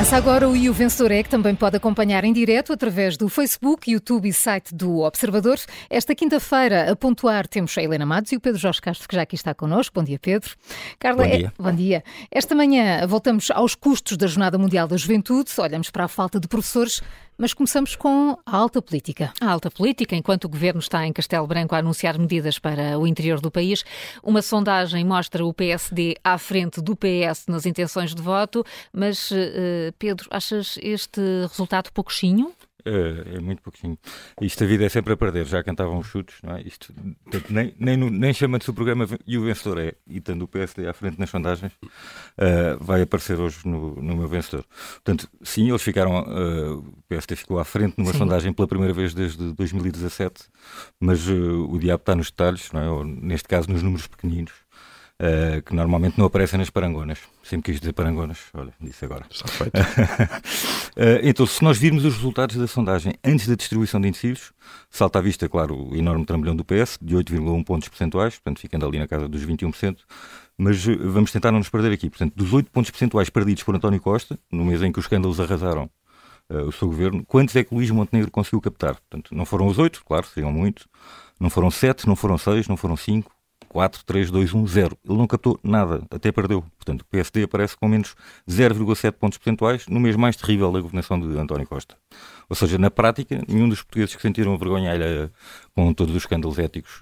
Começa agora o E o Vencedor é, que também pode acompanhar em direto através do Facebook, YouTube e site do Observador. Esta quinta-feira, a pontuar, temos a Helena Matos e o Pedro Jorge Castro, que já aqui está connosco. Bom dia, Pedro. Carla, bom dia. Bom dia. Esta manhã voltamos aos custos da Jornada Mundial da Juventude, olhamos para a falta de professores, mas começamos com a alta política. A alta política, enquanto o Governo está em Castelo Branco a anunciar medidas para o interior do país, uma sondagem mostra o PSD à frente do PS nas intenções de voto, mas, Pedro, achas este resultado pouquinho? É muito pouquinho. Isto, a vida é sempre a perder, já cantavam os chutes, não é? Isto, portanto, nem chamando-se o programa E o Vencedor é, e tendo o PSD à frente nas sondagens, vai aparecer hoje no meu vencedor. Portanto, sim, eles ficaram, o PSD ficou à frente numa sondagem pela primeira vez desde 2017, mas o diabo está nos detalhes, não é? Ou, neste caso, nos números pequeninos. Que normalmente não aparecem nas parangonas. Sempre quis dizer parangonas, olha, disse agora. Está feito. Então, se nós virmos os resultados da sondagem antes da distribuição de indecisos, salta à vista, claro, o enorme trambolhão do PS, de 8,1 pontos percentuais, portanto, ficando ali na casa dos 21%, mas vamos tentar não nos perder aqui. Portanto, dos 8 pontos percentuais perdidos por António Costa, no mês em que os escândalos arrasaram o seu governo, quantos é que Luís Montenegro conseguiu captar? Portanto, não foram os 8, claro, seriam muito, não foram 7, não foram 6, não foram 5, 4, 3, 2, 1, 0. Ele não captou nada, até perdeu. Portanto, o PSD aparece com menos 0,7 pontos percentuais no mês mais terrível da governação de António Costa. Ou seja, na prática, nenhum dos portugueses que sentiram vergonha alheia com todos os escândalos éticos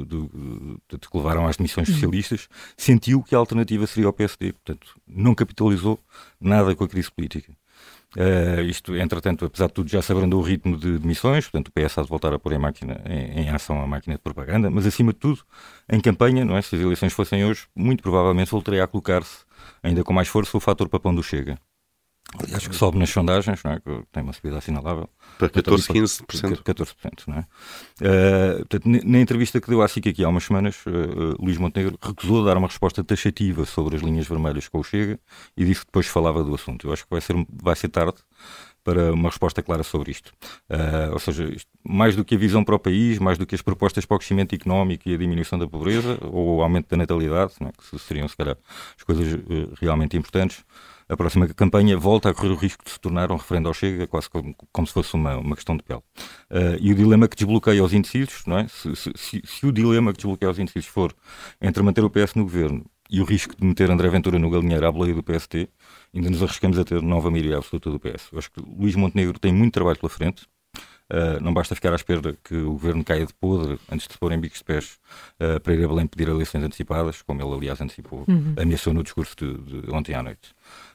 que levaram às demissões socialistas, sentiu que a alternativa seria o PSD. Portanto, não capitalizou nada com a crise política. Isto, entretanto, apesar de tudo, já se abrandou o ritmo de demissões, portanto o PS há de voltar a pôr em ação a máquina de propaganda, mas acima de tudo, em campanha, não é? Se as eleições fossem hoje, muito provavelmente voltaria a colocar-se, ainda com mais força, o fator papão do Chega. Acho que sobe nas sondagens, não é? Que tem uma subida assinalável. Para 14, 15%. 14%, não é? Portanto, na entrevista que deu à SIC aqui há umas semanas, Luís Montenegro recusou dar uma resposta taxativa sobre as linhas vermelhas com o Chega e disse que depois falava do assunto. Eu acho que vai ser tarde para uma resposta clara sobre isto. Ou seja, mais do que a visão para o país, mais do que as propostas para o crescimento económico e a diminuição da pobreza, ou o aumento da natalidade, não é? Que seriam, se calhar, as coisas realmente importantes, a próxima campanha volta a correr o risco de se tornar um referendo ao Chega, quase como se fosse uma questão de pele. E o dilema que desbloqueia os indecisos, não é? Se o dilema que desbloqueia os indecisos for entre manter o PS no governo e o risco de meter André Ventura no galinheiro à boleia do PST, ainda nos arriscamos a ter nova maioria absoluta do PS. Eu acho que Luís Montenegro tem muito trabalho pela frente. Não basta ficar à espera que o governo caia de podre antes de se pôr em bicos de pés para ir a Belém pedir eleições antecipadas, como ele, aliás, antecipou, ameaçou no discurso de ontem à noite.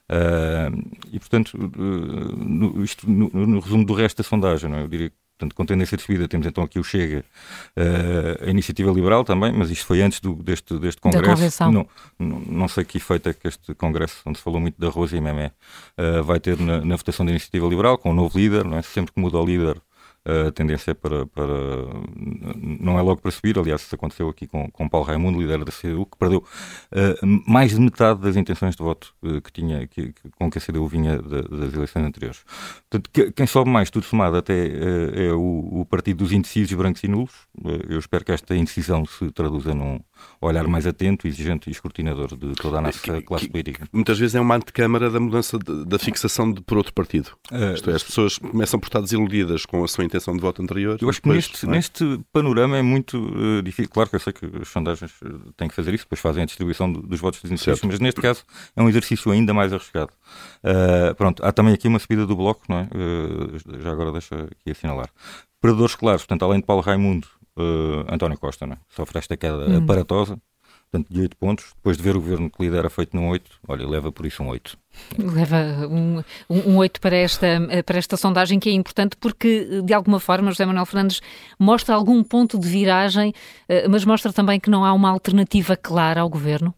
E, portanto, isto no resumo do resto da sondagem, não é? Eu diria que, portanto, com tendência de subida, temos então aqui o Chega, a Iniciativa Liberal também, mas isto foi antes deste Congresso. Não sei que efeito é que este Congresso, onde se falou muito de arroz e memé, vai ter na votação da Iniciativa Liberal, com um novo líder, não é? Sempre que muda o líder, a tendência é para não é logo para subir. Aliás, isso aconteceu aqui com Paulo Raimundo, líder da CDU, que perdeu mais de metade das intenções de voto que tinha, com que a CDU vinha das eleições anteriores. Portanto, quem sobe mais, tudo somado, até é o partido dos indecisos, brancos e nulos. Eu espero que esta indecisão se traduza num olhar mais atento, exigente e escrutinador de toda a nossa classe política. Muitas vezes é uma antecâmara da mudança da fixação por outro partido. Isto é, as pessoas começam por estar desiludidas com a sua intenção de voto anterior. Eu acho que neste panorama é muito difícil. Claro que eu sei que as sondagens têm que fazer isso, depois fazem a distribuição dos votos dos indecisos, mas neste caso é um exercício ainda mais arriscado. Pronto, há também aqui uma subida do Bloco, não é? Já agora deixa aqui assinalar. Perdedores claros, portanto, além de Paulo Raimundo, António Costa, não é? Sofre esta queda aparatosa, portanto, de 8 pontos, depois de ver o governo que lidera feito num 8, olha, leva por isso um 8. Leva um 8 para esta sondagem, que é importante porque, de alguma forma, José Manuel Fernandes mostra algum ponto de viragem, mas mostra também que não há uma alternativa clara ao governo.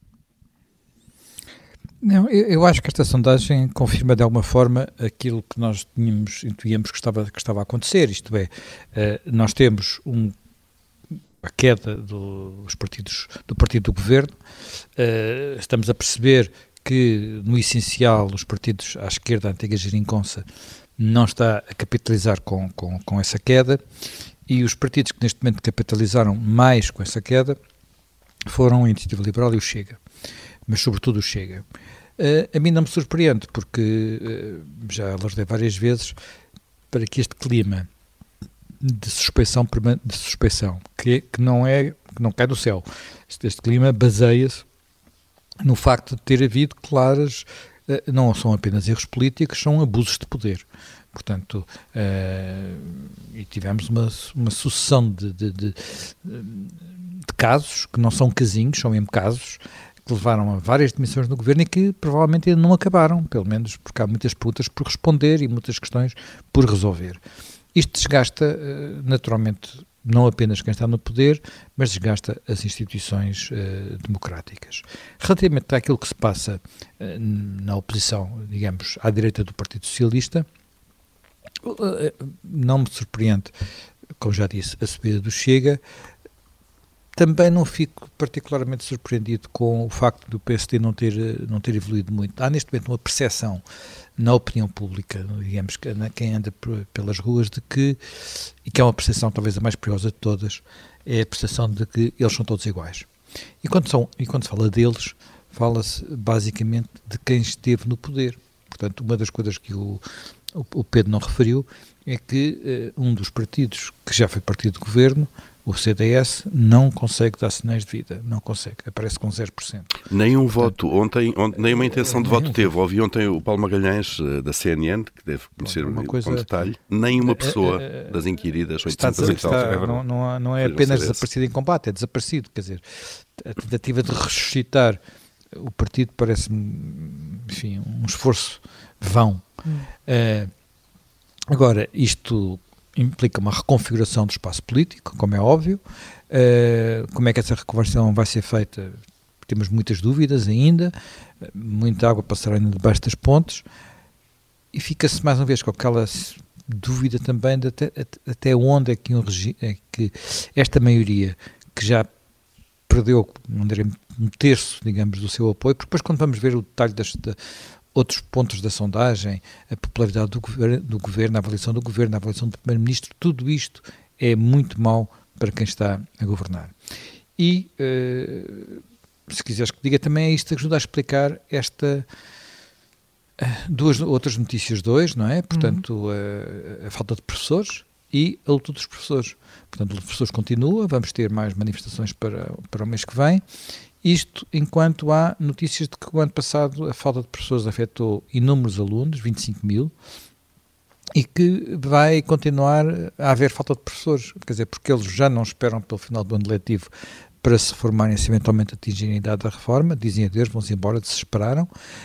Não, eu acho que esta sondagem confirma de alguma forma aquilo que nós intuíamos que estava a acontecer, isto é, nós temos a queda do partido do governo, estamos a perceber que no essencial os partidos à esquerda, a antiga geringonça, não está a capitalizar com essa queda, e os partidos que neste momento capitalizaram mais com essa queda foram a Iniciativa Liberal e o Chega, mas sobretudo o Chega. A mim não me surpreende, porque já alertei várias vezes para que este clima de suspeição que não cai do céu. Este clima baseia-se no facto de ter havido claras, não são apenas erros políticos, são abusos de poder. Portanto, e tivemos uma sucessão de casos, que não são casinhos, são mesmo casos, que levaram a várias demissões no governo e que provavelmente ainda não acabaram, pelo menos porque há muitas perguntas por responder e muitas questões por resolver. Isto desgasta, naturalmente, não apenas quem está no poder, mas desgasta as instituições democráticas. Relativamente àquilo que se passa na oposição, digamos, à direita do Partido Socialista, não me surpreende, como já disse, a subida do Chega. Também não fico particularmente surpreendido com o facto do PSD não ter evoluído muito. Há neste momento uma percepção na opinião pública, digamos, quem anda pelas ruas, de que, e que é uma percepção talvez a mais perigosa de todas, é a percepção de que eles são todos iguais. E quando se fala deles, fala-se basicamente de quem esteve no poder. Portanto, uma das coisas que o Pedro não referiu é que um dos partidos que já foi partido de governo, o CDS, não consegue dar sinais de vida, não consegue, aparece com 0%. Nem um voto, ontem nem uma intenção de voto teve. Ouvi ontem o Paulo Magalhães, da CNN, que deve conhecer com detalhe, nem uma pessoa das inquiridas, 800 e tal. Não é apenas desaparecido em combate, é desaparecido, quer dizer, a tentativa de ressuscitar o partido parece-me, enfim, um esforço vão. Agora, isto implica uma reconfiguração do espaço político, como é óbvio. Como é que essa reconversão vai ser feita? Temos muitas dúvidas ainda, muita água passará ainda debaixo das pontes, e fica-se mais uma vez com aquela dúvida também de até onde é que esta maioria, que já perdeu, não direi um terço, digamos, do seu apoio, porque depois quando vamos ver o detalhe outros pontos da sondagem, a popularidade do governo, a avaliação do governo, a avaliação do primeiro-ministro, tudo isto é muito mau para quem está a governar. E, se quiseres que diga, também é isto que ajuda a explicar duas outras notícias de hoje, não é? Portanto, a falta de professores e a luta dos professores. Portanto, a luta dos professores continua, vamos ter mais manifestações para o mês que vem. Isto enquanto há notícias de que o ano passado a falta de professores afetou inúmeros alunos, 25 mil, e que vai continuar a haver falta de professores, quer dizer, porque eles já não esperam pelo final do ano letivo para se formarem se eventualmente atingirem a idade da reforma, dizem adeus, vão-se embora, desesperaram.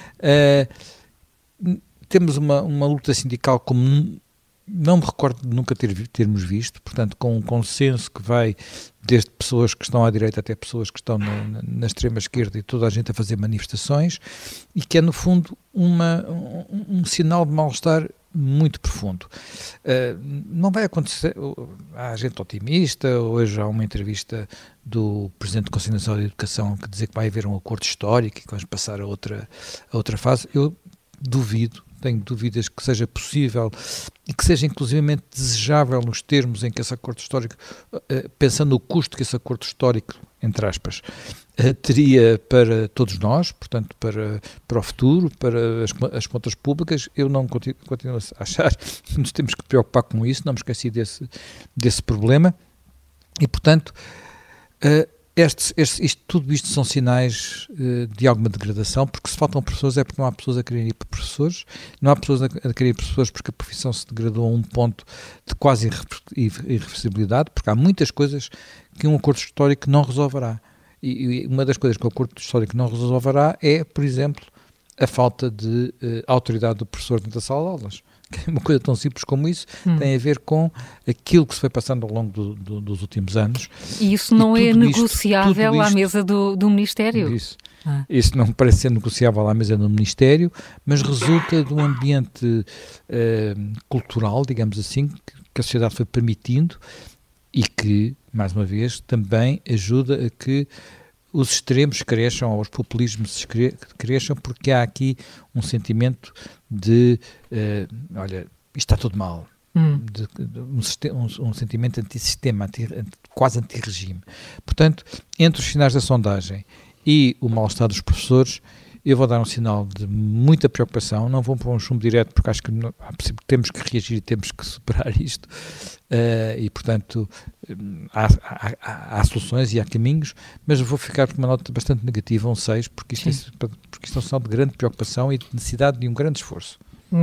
Temos uma luta sindical como não me recordo de nunca termos visto, portanto, com um consenso que vai desde pessoas que estão à direita até pessoas que estão na extrema esquerda e toda a gente a fazer manifestações, e que é, no fundo, um sinal de mal-estar muito profundo. Não vai acontecer, há gente otimista, hoje há uma entrevista do Presidente do Conselho Nacional de Educação que diz que vai haver um acordo histórico e que vamos passar a outra fase. Eu tenho dúvidas que seja possível e que seja inclusivamente desejável nos termos em que esse acordo histórico, pensando no custo que esse acordo histórico, entre aspas, teria para todos nós, portanto para o futuro, para as contas públicas. Eu não continuo a achar que nos temos que preocupar com isso, não me esqueci desse problema, e portanto tudo isto são sinais de alguma degradação, porque se faltam professores é porque não há pessoas a quererem ir para professores, não há pessoas a quererem ir para professores porque a profissão se degradou a um ponto de quase irreversibilidade, porque há muitas coisas que um acordo histórico não resolverá. E uma das coisas que o acordo histórico não resolverá é, por exemplo, a falta de autoridade do professor dentro da sala de aulas. Uma coisa tão simples como isso tem a ver com aquilo que se foi passando ao longo dos últimos anos. E isso não é negociável à mesa do Ministério? Isso não parece ser negociável à mesa do Ministério, mas resulta de um ambiente cultural, digamos assim, que a sociedade foi permitindo e que, mais uma vez, também ajuda a que os extremos cresçam, ou os populismos cresçam, porque há aqui um sentimento de, olha, isto está tudo mal, um sentimento antissistema, quase anti-regime. Portanto, entre os sinais da sondagem e o mal-estar dos professores, eu vou dar um sinal de muita preocupação, não vou pôr um chumbo direto, porque acho que temos que reagir e temos que superar isto, e portanto há soluções e há caminhos, mas eu vou ficar com uma nota bastante negativa, um 6, porque isto é um sinal de grande preocupação e de necessidade de um grande esforço.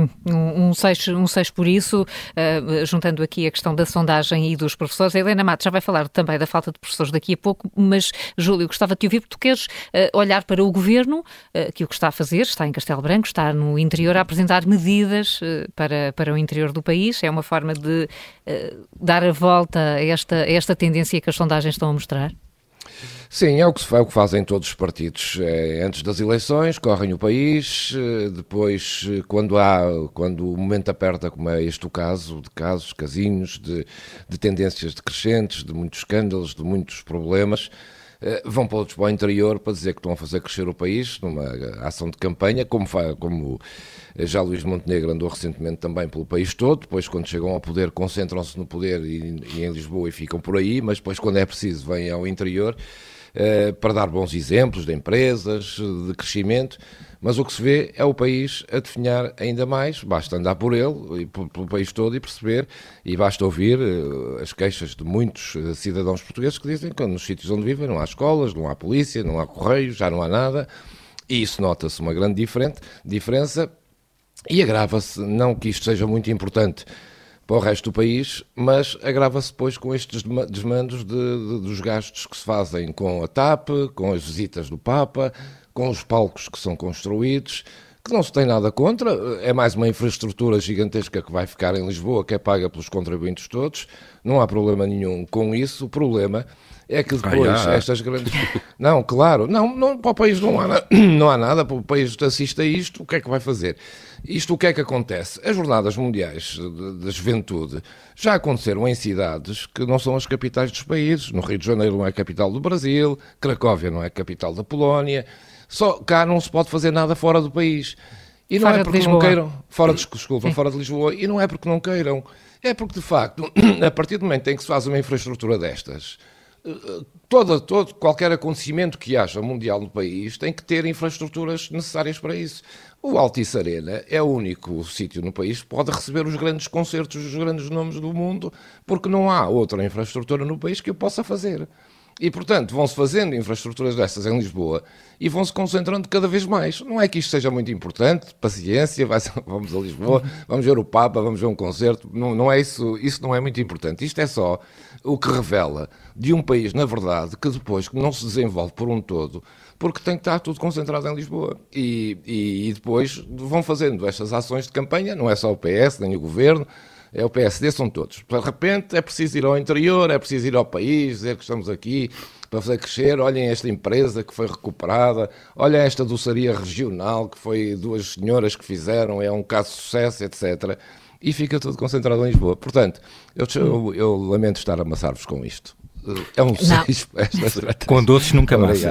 Um 6 por isso, juntando aqui a questão da sondagem e dos professores. A Helena Matos já vai falar também da falta de professores daqui a pouco, mas, Júlio, gostava de te ouvir, porque tu queres olhar para o Governo, que o que está a fazer, está em Castelo Branco, está no interior a apresentar medidas para o interior do país. É uma forma de dar a volta a esta tendência que as sondagens estão a mostrar? Sim, é o que fazem todos os partidos. Antes das eleições, correm o país, depois, quando o momento aperta, como é este o caso, de casinhos, de tendências decrescentes, de muitos escândalos, de muitos problemas, vão para o interior para dizer que estão a fazer crescer o país numa ação de campanha, como já Luís Montenegro andou recentemente também pelo país todo. Depois, quando chegam ao poder, concentram-se no poder e em Lisboa e ficam por aí, mas depois, quando é preciso, vêm ao interior para dar bons exemplos de empresas, de crescimento. Mas o que se vê é o país a definhar ainda mais. Basta andar por ele, pelo país todo, e perceber, e basta ouvir as queixas de muitos cidadãos portugueses que dizem que nos sítios onde vivem não há escolas, não há polícia, não há correios, já não há nada, e isso nota-se uma grande diferença, e agrava-se, não que isto seja muito importante para o resto do país, mas agrava-se depois com estes desmandos dos gastos que se fazem com a TAP, com as visitas do Papa, com os palcos que são construídos, que não se tem nada contra. É mais uma infraestrutura gigantesca que vai ficar em Lisboa, que é paga pelos contribuintes todos. Não há problema nenhum com isso. O problema é que depois estas grandes... Não, claro, não, para o país não há nada, para o país assiste a isto, o que é que vai fazer? Isto, o que é que acontece? As Jornadas Mundiais da Juventude já aconteceram em cidades que não são as capitais dos países. No Rio de Janeiro não é a capital do Brasil, Cracóvia não é a capital da Polónia. Só cá não se pode fazer nada fora do país. E não é porque não queiram. Fora de Lisboa. E não é porque não queiram. É porque, de facto, a partir do momento em que se faz uma infraestrutura destas, qualquer acontecimento que haja mundial no país tem que ter infraestruturas necessárias para isso. O Altice Arena é o único sítio no país que pode receber os grandes concertos dos grandes nomes do mundo, porque não há outra infraestrutura no país que o possa fazer. E, portanto, vão-se fazendo infraestruturas destas em Lisboa e vão-se concentrando cada vez mais. Não é que isto seja muito importante, paciência, vamos a Lisboa, vamos ver o Papa, vamos ver um concerto, não é isso não é muito importante. Isto é só o que revela de um país, na verdade, que depois não se desenvolve por um todo, porque tem que estar tudo concentrado em Lisboa. E depois vão fazendo estas ações de campanha, não é só o PS, nem o Governo, é o PSD, são todos. De repente é preciso ir ao interior, é preciso ir ao país, dizer que estamos aqui para fazer crescer. Olhem esta empresa que foi recuperada, olhem esta doçaria regional que foi 2 senhoras que fizeram, é um caso de sucesso, etc. E fica tudo concentrado em Lisboa. Portanto, eu lamento estar a amassar-vos com isto. É um 6 para esta estratégia. Com doces nunca mais.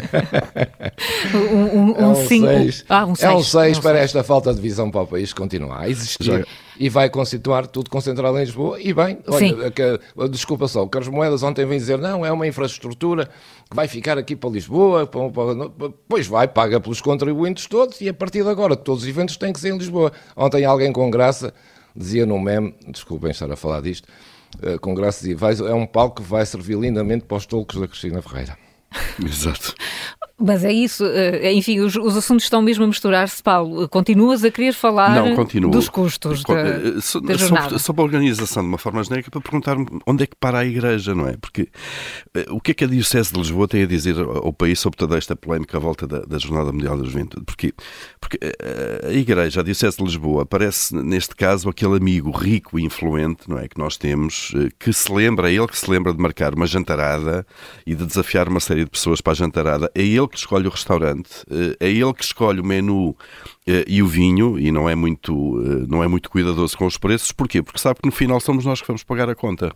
Um 6 para esta falta de visão para o país continuar a existir. E vai constituir tudo concentrado em Lisboa. E bem, olha, desculpa só, o Carlos Moedas ontem vem dizer, não, é uma infraestrutura que vai ficar aqui para Lisboa, pois vai, paga pelos contribuintes todos, e a partir de agora todos os eventos têm que ser em Lisboa. Ontem alguém com graça dizia num meme, desculpem estar a falar disto, com graça dizia, é um palco que vai servir lindamente para os tolcos da Cristina Ferreira. Exato. Mas é isso, enfim, os assuntos estão mesmo a misturar-se, Paulo. Continuas a querer falar dos custos da jornada. Sobre a organização, de uma forma genérica, para perguntar-me onde é que para a Igreja, não é? Porque o que é que a Diocese de Lisboa tem a dizer ao país sobre toda esta polémica à volta da Jornada Mundial da Juventude? Porque a Igreja, a Diocese de Lisboa, parece, neste caso, aquele amigo rico e influente, não é? Que nós temos, que se lembra de marcar uma jantarada e de desafiar uma série de pessoas para a jantarada. É ele que escolhe o restaurante, é ele que escolhe o menu e o vinho, e não é muito cuidadoso com os preços. Porquê? Porque sabe que no final somos nós que vamos pagar a conta.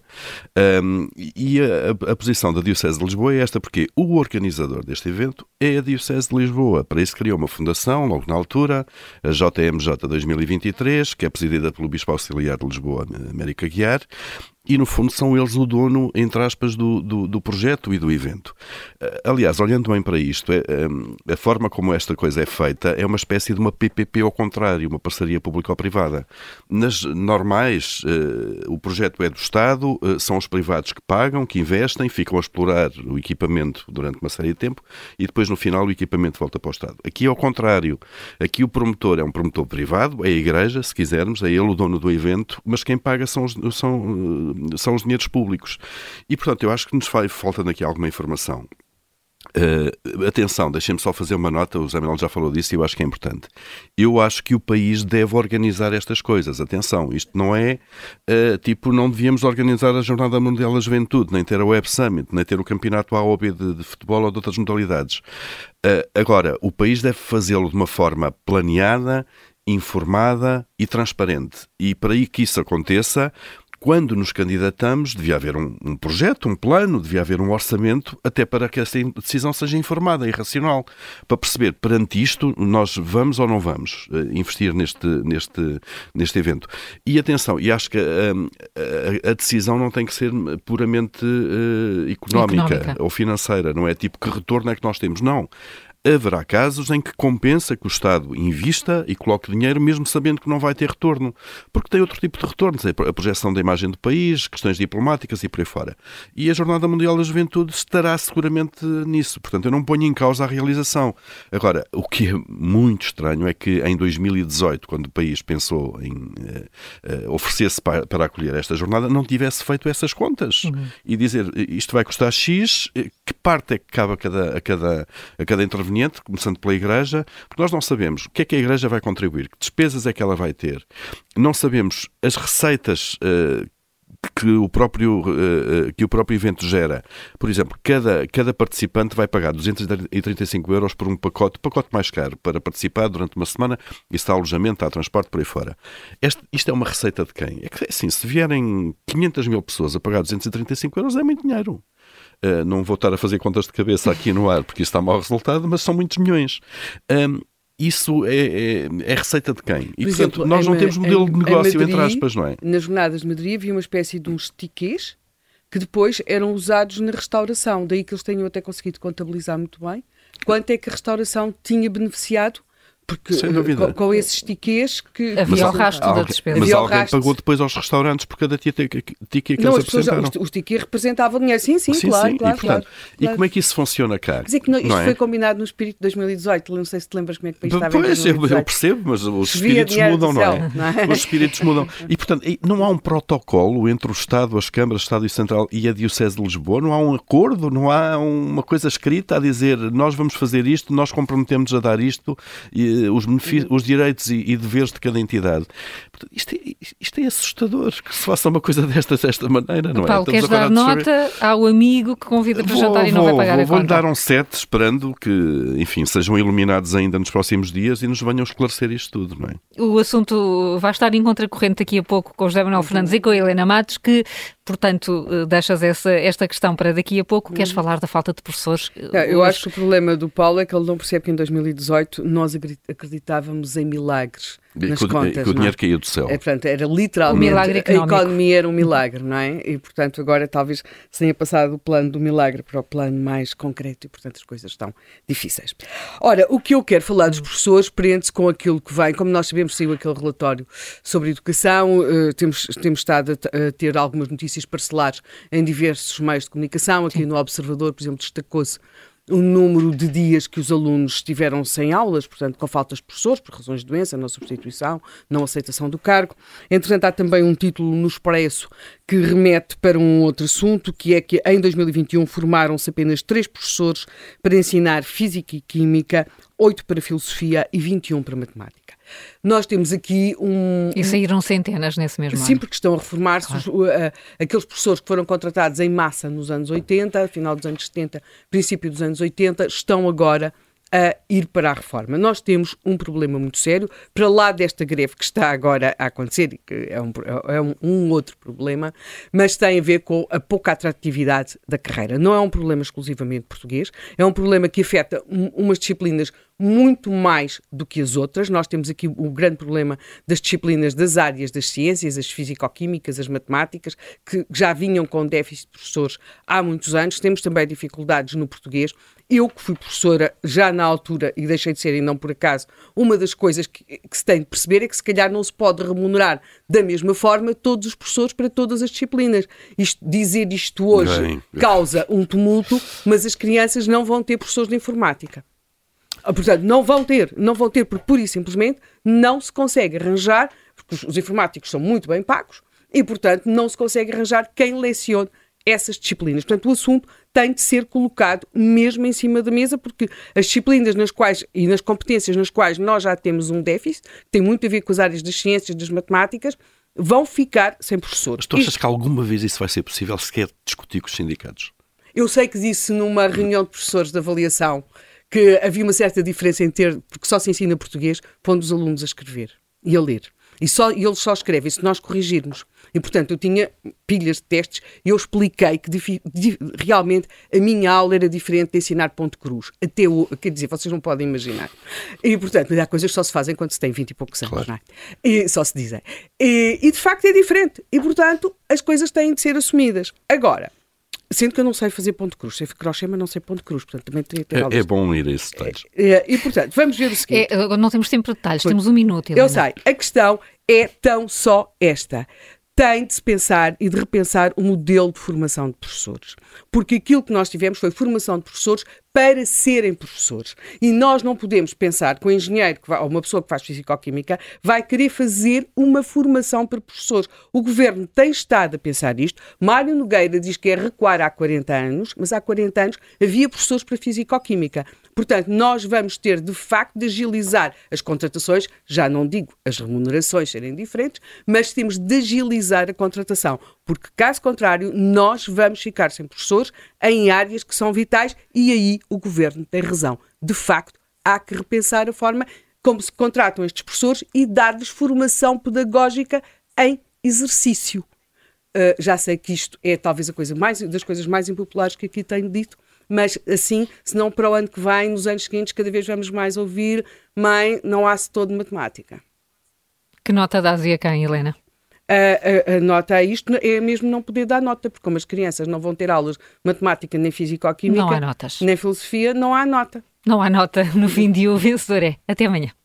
E a posição da Diocese de Lisboa é esta, porque o organizador deste evento é a Diocese de Lisboa. Para isso criou uma fundação, logo na altura, a JMJ 2023, que é presidida pelo Bispo Auxiliar de Lisboa, Américo Aguiar, e no fundo são eles o dono, entre aspas, do projeto e do evento. Aliás, olhando bem para isto, a forma como esta coisa é feita é uma espécie de uma PPP ao contrário, uma parceria público-privada. Nas normais, o projeto é do Estado, são os privados que pagam, que investem, ficam a explorar o equipamento durante uma série de tempo e depois no final o equipamento volta para o Estado. Aqui é ao contrário. Aqui o promotor é um promotor privado, é a Igreja, se quisermos, é ele o dono do evento, mas quem paga são os dinheiros públicos. E, portanto, eu acho que nos falta aqui alguma informação. Atenção, deixem-me só fazer uma nota, o José Manuel já falou disso e eu acho que é importante. Eu acho que o país deve organizar estas coisas. Atenção, isto não é não devíamos organizar a Jornada Mundial da Juventude, nem ter a Web Summit, nem ter o campeonato A ou B de futebol ou de outras modalidades. Agora, o país deve fazê-lo de uma forma planeada, informada e transparente. E para que isso aconteça, quando nos candidatamos, devia haver um projeto, um plano, devia haver um orçamento, até para que essa decisão seja informada e racional, para perceber, perante isto, nós vamos ou não vamos investir neste evento. E atenção, e acho que a decisão não tem que ser puramente económica ou financeira, não é tipo que retorno é que nós temos, não. Haverá casos em que compensa que o Estado invista e coloque dinheiro mesmo sabendo que não vai ter retorno, porque tem outro tipo de retornos, é a projeção da imagem do país, questões diplomáticas e por aí fora. E a Jornada Mundial da Juventude estará seguramente nisso, portanto eu não ponho em causa a realização. Agora, o que é muito estranho é que em 2018, quando o país pensou em oferecer-se para acolher esta jornada, não tivesse feito essas contas e dizer isto vai custar X, que parte é que cabe a cada intervenção, começando pela Igreja, porque nós não sabemos o que é que a Igreja vai contribuir, que despesas é que ela vai ter. Não sabemos as receitas que o próprio evento gera. Por exemplo, cada participante vai pagar 235 euros por um pacote mais caro, para participar durante uma semana. Isso há alojamento, há transporte, por aí fora. Isto é uma receita de quem? É que, assim, se vierem 500 mil pessoas a pagar 235 euros, é muito dinheiro. Não vou estar a fazer contas de cabeça aqui no ar, porque isso está mau resultado, mas são muitos milhões. Isso é receita de quem? E, portanto, nós não temos modelo de negócio, Madrid, entre aspas, não é? Nas jornadas de Madrid havia uma espécie de uns tickets que depois eram usados na restauração. Daí que eles tenham até conseguido contabilizar muito bem quanto é que a restauração tinha beneficiado. Porque com esses tickets que... Havia o rastro da despesa. Mas alguém pagou depois aos restaurantes por cada ticket que eles apresentaram. Os tickets representavam dinheiro. Sim, claro. E como é que isso funciona cá? Quer dizer que isto foi combinado no espírito de 2018. Não sei se te lembras como é que o país estava em 2018. Eu percebo, mas os espíritos mudam, não é? Os espíritos mudam. E, portanto, não há um protocolo entre o Estado, as câmaras, o Estado Central e a Diocese de Lisboa? Não há um acordo? Não há uma coisa escrita a dizer nós vamos fazer isto, nós comprometemos a dar isto, os direitos e deveres de cada entidade. Isto é assustador, que se faça uma coisa desta maneira, não é? Paulo, queres dar nota ao amigo que convida para jantar e não vai pagar a conta? Vou-lhe dar um 7, esperando que, enfim, sejam iluminados ainda nos próximos dias e nos venham esclarecer isto tudo, não é? O assunto vai estar em contracorrente daqui a pouco com o José Manuel Fernandes e com a Helena Matos, que, portanto, deixas esta questão para daqui a pouco. Queres falar da falta de professores? Eu acho que o problema do Paulo é que ele não percebe que em 2018 nós acreditávamos em milagres nas contas. Que o dinheiro caiu do céu. Portanto, era literalmente a economia era um milagre, não é? E, portanto, agora talvez se tenha passado do plano do milagre para o plano mais concreto e, portanto, as coisas estão difíceis. Ora, o que eu quero falar dos professores prende-se com aquilo que vem. Como nós sabemos, saiu aquele relatório sobre educação, temos estado a ter algumas notícias parcelares em diversos meios de comunicação. Aqui no Observador, por exemplo, destacou-se o número de dias que os alunos estiveram sem aulas, portanto, com faltas de professores, por razões de doença, não substituição, não aceitação do cargo. Entretanto, há também um título no Expresso que remete para um outro assunto, que é que em 2021 formaram-se apenas 3 professores para ensinar Física e Química, 8 para Filosofia e 21 para Matemática. Nós temos aqui E saíram centenas nesse mesmo ano. Sim, porque estão a reformar-se. Claro. Aqueles professores que foram contratados em massa nos anos 80, final dos anos 70, princípio dos anos 80, estão agora a ir para a reforma. Nós temos um problema muito sério, para lá desta greve que está agora a acontecer, e que é um outro problema, mas tem a ver com a pouca atratividade da carreira. Não é um problema exclusivamente português, é um problema que afeta umas disciplinas muito mais do que as outras. Nós temos aqui o grande problema das disciplinas das áreas das ciências, as físico-químicas, as matemáticas, que já vinham com déficit de professores há muitos anos. Temos também dificuldades no português. Eu, que fui professora já na altura e deixei de ser, e não por acaso, uma das coisas que se tem de perceber é que se calhar não se pode remunerar da mesma forma todos os professores para todas as disciplinas. Dizer isto hoje causa um tumulto, mas as crianças não vão ter professores de informática. Portanto, não vão ter, porque pura e simplesmente não se consegue arranjar, porque os informáticos são muito bem pagos, e portanto não se consegue arranjar quem lecione essas disciplinas. Portanto, o assunto tem de ser colocado mesmo em cima da mesa, porque as disciplinas nas quais e nas competências nas quais nós já temos um déficit, que tem muito a ver com as áreas das ciências, das matemáticas, vão ficar sem professores. Mas tu achas que alguma vez isso vai ser possível sequer discutir com os sindicatos? Eu sei que disse numa reunião de professores de avaliação que havia uma certa diferença porque só se ensina português pondo os alunos a escrever e a ler. E eles só escrevem se nós corrigirmos. E, portanto, eu tinha pilhas de testes e eu expliquei que realmente a minha aula era diferente de ensinar ponto cruz. Quer dizer, vocês não podem imaginar. E, portanto, há coisas que só se fazem quando se tem 20 e poucos anos, claro. Não é? E só se dizem. E, de facto, é diferente. E, portanto, as coisas têm de ser assumidas. Agora, sendo que eu não sei fazer ponto cruz, sei crochê, mas não sei ponto cruz, portanto também teria que ter É bom ir a esses detalhes. E, portanto, vamos ver o seguinte. Não temos tempo para detalhes, temos um minuto, Helena. Eu sei, a questão é tão só esta. Tem de se pensar e de repensar o modelo de formação de professores. Porque aquilo que nós tivemos foi formação de professores para serem professores. E nós não podemos pensar que o engenheiro, ou uma pessoa que faz fisicoquímica, vai querer fazer uma formação para professores. O governo tem estado a pensar isto. Mário Nogueira diz que é recuar há 40 anos, mas há 40 anos havia professores para fisicoquímica. Portanto, nós vamos ter, de facto, de agilizar as contratações, já não digo as remunerações serem diferentes, mas temos de agilizar a contratação, porque, caso contrário, nós vamos ficar sem professores em áreas que são vitais e aí o governo tem razão. De facto, há que repensar a forma como se contratam estes professores e dar-lhes formação pedagógica em exercício. Já sei que isto é talvez das coisas mais impopulares que aqui tenho dito, mas assim, se não para o ano que vem, nos anos seguintes, cada vez vamos mais ouvir: mãe, não há setor de matemática. Que nota dás a quem, Helena? A nota a isto é mesmo não poder dar nota, porque como as crianças não vão ter aulas de matemática, nem físico-química, não há notas. Nem filosofia, não há nota. Não há nota no fim de O Vencedor é. Até amanhã.